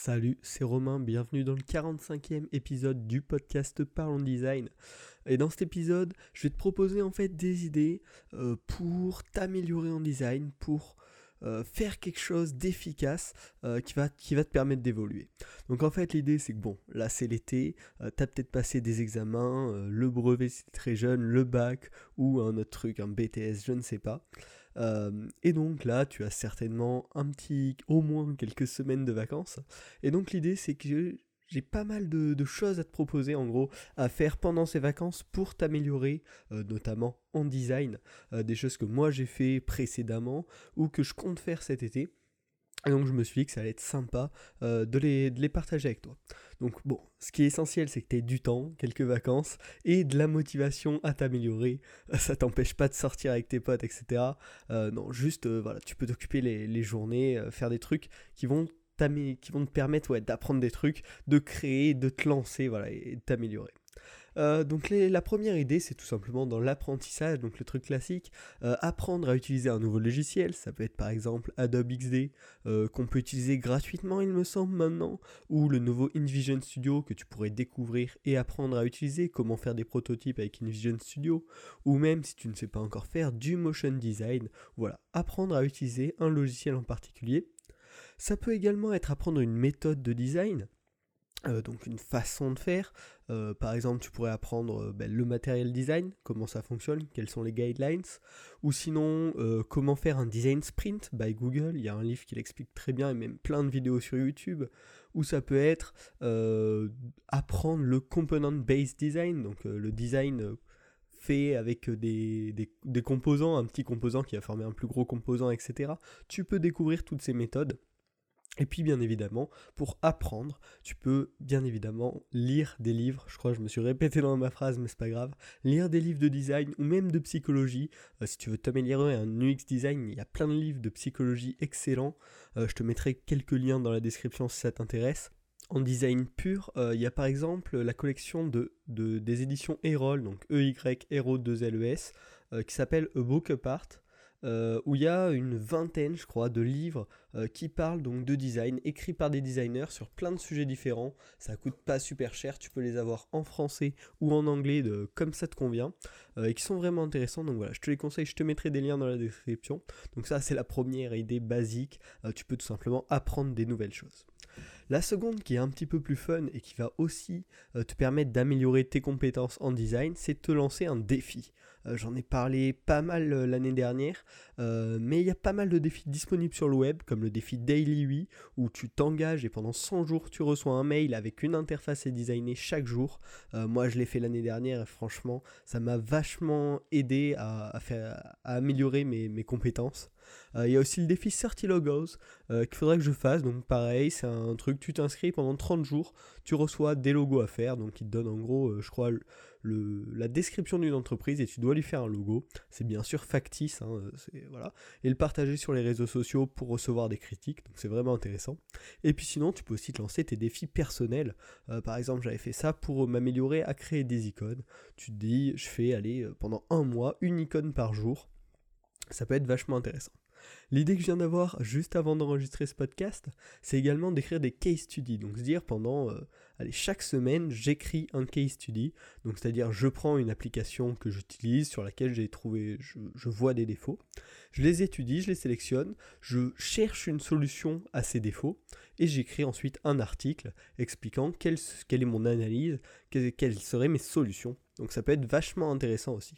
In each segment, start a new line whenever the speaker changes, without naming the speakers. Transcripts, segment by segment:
Salut, c'est Romain, bienvenue dans le 45e épisode du podcast Parlons Design. Et dans cet épisode, je vais te proposer en fait des idées pour t'améliorer en design, pour faire quelque chose d'efficace qui va te permettre d'évoluer. Donc en fait l'idée c'est que bon, là c'est l'été, t'as peut-être passé des examens, le brevet si t'es très jeune, le bac ou un autre truc, un BTS, je ne sais pas. Et donc là, tu as certainement au moins quelques semaines de vacances. Et donc l'idée, c'est que j'ai pas mal de choses à te proposer, en gros, à faire pendant ces vacances pour t'améliorer, notamment en design, des choses que moi j'ai fait précédemment ou que je compte faire cet été. Et donc je me suis dit que ça allait être sympa de les partager avec toi. Donc bon, ce qui est essentiel c'est que tu aies du temps, quelques vacances et de la motivation à t'améliorer. Ça t'empêche pas de sortir avec tes potes, etc. Non, juste voilà, tu peux t'occuper les journées, faire des trucs qui vont te permettre d'apprendre des trucs, de créer, de te lancer, voilà, et de t'améliorer. Donc la première idée, c'est tout simplement dans l'apprentissage, donc le truc classique, apprendre à utiliser un nouveau logiciel, ça peut être par exemple Adobe XD, qu'on peut utiliser gratuitement il me semble maintenant, ou le nouveau InVision Studio que tu pourrais découvrir et apprendre à utiliser, comment faire des prototypes avec InVision Studio, ou même si tu ne sais pas encore faire du motion design, voilà, apprendre à utiliser un logiciel en particulier. Ça peut également être apprendre une méthode de design, donc une façon de faire. Par exemple, tu pourrais apprendre le matériel design, comment ça fonctionne, quels sont les guidelines, ou sinon comment faire un design sprint by Google. Il y a un livre qui l'explique très bien et même plein de vidéos sur YouTube. Ou ça peut être apprendre le component-based design, donc le design fait avec des composants, un petit composant qui va former un plus gros composant, etc. Tu peux découvrir toutes ces méthodes. Et puis bien évidemment, pour apprendre, tu peux bien évidemment lire des livres, je crois que je me suis répété dans ma phrase mais c'est pas grave, lire des livres de design ou même de psychologie. Si tu veux t'améliorer en UX design, il y a plein de livres de psychologie excellents, je te mettrai quelques liens dans la description si ça t'intéresse. En design pur, il y a par exemple la collection des éditions Erol, donc EY-RO2LES, qui s'appelle A Book Apart, où il y a une vingtaine, je crois, de livres qui parlent donc de design, écrits par des designers sur plein de sujets différents. Ça coûte pas super cher, tu peux les avoir en français ou en anglais comme ça te convient, et qui sont vraiment intéressants. Donc voilà, je te les conseille, je te mettrai des liens dans la description. Donc ça, c'est la première idée basique, tu peux tout simplement apprendre des nouvelles choses. La seconde, qui est un petit peu plus fun et qui va aussi te permettre d'améliorer tes compétences en design, c'est de te lancer un défi. J'en ai parlé pas mal l'année dernière, mais il y a pas mal de défis disponibles sur le web, comme le défi Daily Oui, où tu t'engages et pendant 100 jours tu reçois un mail avec une interface et designée chaque jour. Moi je l'ai fait l'année dernière et franchement ça m'a vachement aidé à améliorer mes compétences. Il y a aussi le défi 30 Logos qu'il faudrait que je fasse, donc pareil, c'est un truc, tu t'inscris pendant 30 jours, tu reçois des logos à faire, donc ils te donnent en gros, je crois, la description d'une entreprise et tu dois lui faire un logo. C'est bien sûr factice, voilà, et le partager sur les réseaux sociaux pour recevoir des critiques, donc c'est vraiment intéressant. Et puis sinon, tu peux aussi te lancer tes défis personnels. Par exemple, j'avais fait ça pour m'améliorer à créer des icônes. Tu te dis, je fais, pendant un mois, une icône par jour. Ça peut être vachement intéressant. L'idée que je viens d'avoir juste avant d'enregistrer ce podcast, c'est également d'écrire des case studies. Donc se dire pendant chaque semaine, j'écris un case study. Donc c'est-à-dire je prends une application que j'utilise, sur laquelle je vois des défauts. Je les étudie, je les sélectionne, je cherche une solution à ces défauts et j'écris ensuite un article expliquant quelle est mon analyse, quelles seraient mes solutions. Donc ça peut être vachement intéressant aussi.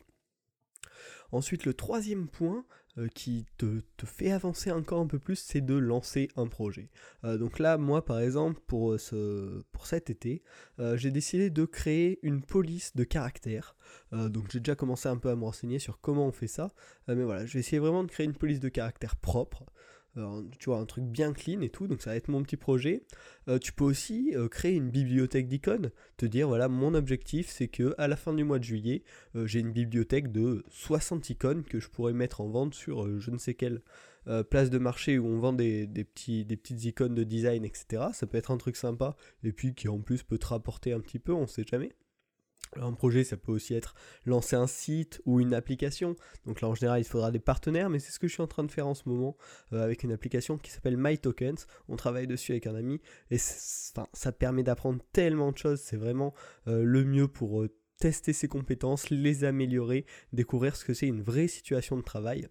Ensuite, le troisième point qui te fait avancer encore un peu plus, c'est de lancer un projet. Donc là, moi par exemple, pour cet été, j'ai décidé de créer une police de caractères. Donc j'ai déjà commencé un peu à me renseigner sur comment on fait ça. Mais voilà, je vais essayer vraiment de créer une police de caractères propre. Tu vois, un truc bien clean et tout, donc ça va être mon petit projet. Tu peux aussi créer une bibliothèque d'icônes, te dire voilà, mon objectif c'est que à la fin du mois de juillet, j'ai une bibliothèque de 60 icônes que je pourrais mettre en vente sur je ne sais quelle place de marché où on vend des petites icônes de design, etc. Ça peut être un truc sympa, et puis qui en plus peut te rapporter un petit peu, on sait jamais. Alors, un projet, ça peut aussi être lancer un site ou une application. Donc là, en général, il faudra des partenaires, mais c'est ce que je suis en train de faire en ce moment avec une application qui s'appelle MyTokens. On travaille dessus avec un ami et ça permet d'apprendre tellement de choses. C'est vraiment le mieux pour tester ses compétences, les améliorer, découvrir ce que c'est une vraie situation de travail.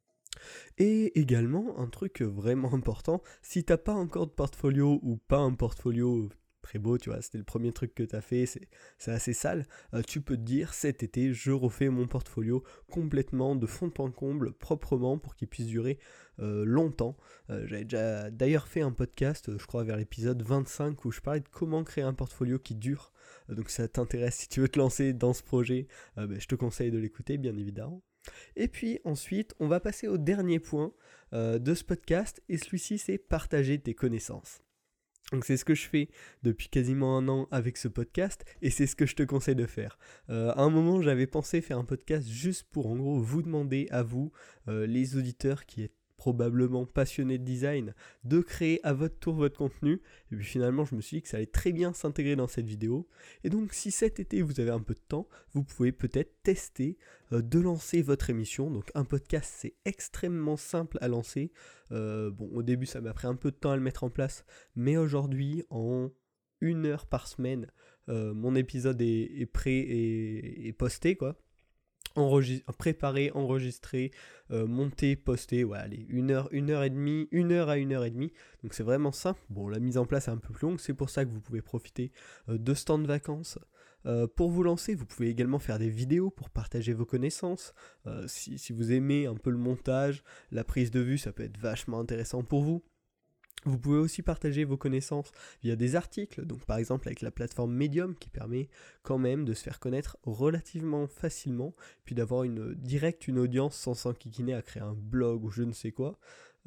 Et également, un truc vraiment important, si t'as pas encore de portfolio ou pas un portfolio très beau, tu vois, c'était le premier truc que t'as fait, c'est assez sale, tu peux te dire cet été, je refais mon portfolio complètement de fond en comble, proprement, pour qu'il puisse durer longtemps. J'avais déjà d'ailleurs fait un podcast, je crois vers l'épisode 25, où je parlais de comment créer un portfolio qui dure. Donc si ça t'intéresse, si tu veux te lancer dans ce projet, je te conseille de l'écouter, bien évidemment. Et puis ensuite, on va passer au dernier point de ce podcast, et celui-ci, c'est partager tes connaissances. Donc c'est ce que je fais depuis quasiment un an avec ce podcast, et c'est ce que je te conseille de faire. À un moment, j'avais pensé faire un podcast juste pour en gros vous demander à vous, les auditeurs qui êtes probablement passionnés de design, de créer à votre tour votre contenu. Et puis finalement, je me suis dit que ça allait très bien s'intégrer dans cette vidéo. Et donc si cet été vous avez un peu de temps, vous pouvez peut-être tester de lancer votre émission. Donc un podcast, c'est extrêmement simple à lancer. Au début ça m'a pris un peu de temps à le mettre en place, mais aujourd'hui en 1 heure par semaine, mon épisode est prêt et posté, quoi. Préparé, enregistré, monté, posté, ouais, allez, 1 heure, 1 heure et demie, 1 heure à 1 heure et demie, donc c'est vraiment simple. Bon, la mise en place est un peu plus longue, c'est pour ça que vous pouvez profiter de ce temps de vacances. Pour vous lancer, vous pouvez également faire des vidéos pour partager vos connaissances. Si vous aimez un peu le montage, la prise de vue, ça peut être vachement intéressant pour vous. Vous pouvez aussi partager vos connaissances via des articles, donc par exemple avec la plateforme Medium qui permet quand même de se faire connaître relativement facilement, puis d'avoir une audience sans s'enquiquiner à créer un blog ou je ne sais quoi.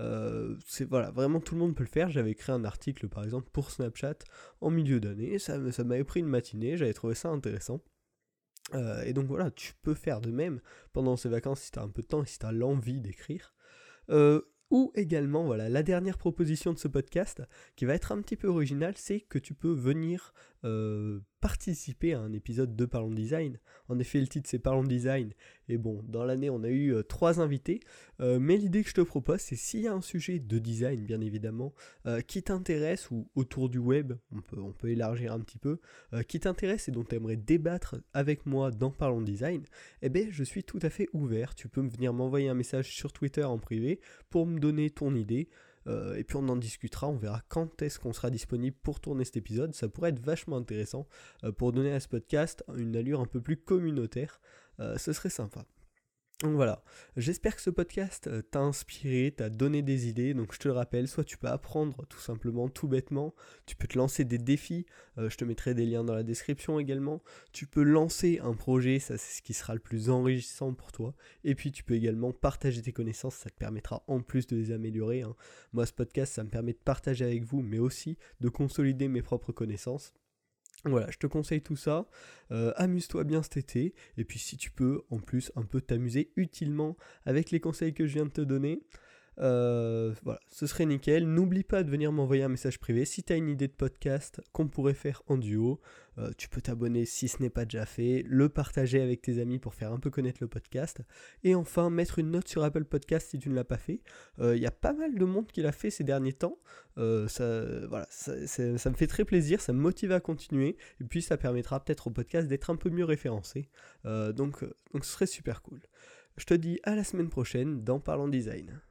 Voilà, vraiment tout le monde peut le faire. J'avais créé un article par exemple pour Snapchat en milieu d'année, ça m'avait pris une matinée, j'avais trouvé ça intéressant. Et donc voilà, tu peux faire de même pendant ces vacances si tu as un peu de temps et si tu as l'envie d'écrire. Ou également, voilà, la dernière proposition de ce podcast, qui va être un petit peu originale, c'est que tu peux venir participer à un épisode de Parlons Design. En effet, le titre c'est Parlons Design, et bon, dans l'année on a eu 3 invités, mais l'idée que je te propose, c'est s'il y a un sujet de design, bien évidemment, qui t'intéresse, ou autour du web, on peut élargir un petit peu, qui t'intéresse et dont tu aimerais débattre avec moi dans Parlons Design, je suis tout à fait ouvert. Tu peux venir m'envoyer un message sur Twitter en privé pour me donner ton idée, et puis on en discutera, on verra quand est-ce qu'on sera disponible pour tourner cet épisode. Ça pourrait être vachement intéressant pour donner à ce podcast une allure un peu plus communautaire, ce serait sympa. Donc voilà, j'espère que ce podcast t'a inspiré, t'a donné des idées. Donc je te le rappelle, soit tu peux apprendre tout simplement, tout bêtement, tu peux te lancer des défis, je te mettrai des liens dans la description également, tu peux lancer un projet, ça c'est ce qui sera le plus enrichissant pour toi, et puis tu peux également partager tes connaissances, ça te permettra en plus de les améliorer, hein. Moi ce podcast ça me permet de partager avec vous, mais aussi de consolider mes propres connaissances. Voilà, je te conseille tout ça, amuse-toi bien cet été, et puis si tu peux, en plus, un peu t'amuser utilement avec les conseils que je viens de te donner, voilà, ce serait nickel. N'oublie pas de venir m'envoyer un message privé si tu as une idée de podcast qu'on pourrait faire en duo. Tu peux t'abonner si ce n'est pas déjà fait, le partager avec tes amis pour faire un peu connaître le podcast, et enfin mettre une note sur Apple Podcast si tu ne l'as pas fait. Y a pas mal de monde qui l'a fait ces derniers temps, ça me fait très plaisir, ça me motive à continuer, et puis ça permettra peut-être au podcast d'être un peu mieux référencé, donc ce serait super cool. Je te dis à la semaine prochaine dans Parlons Design.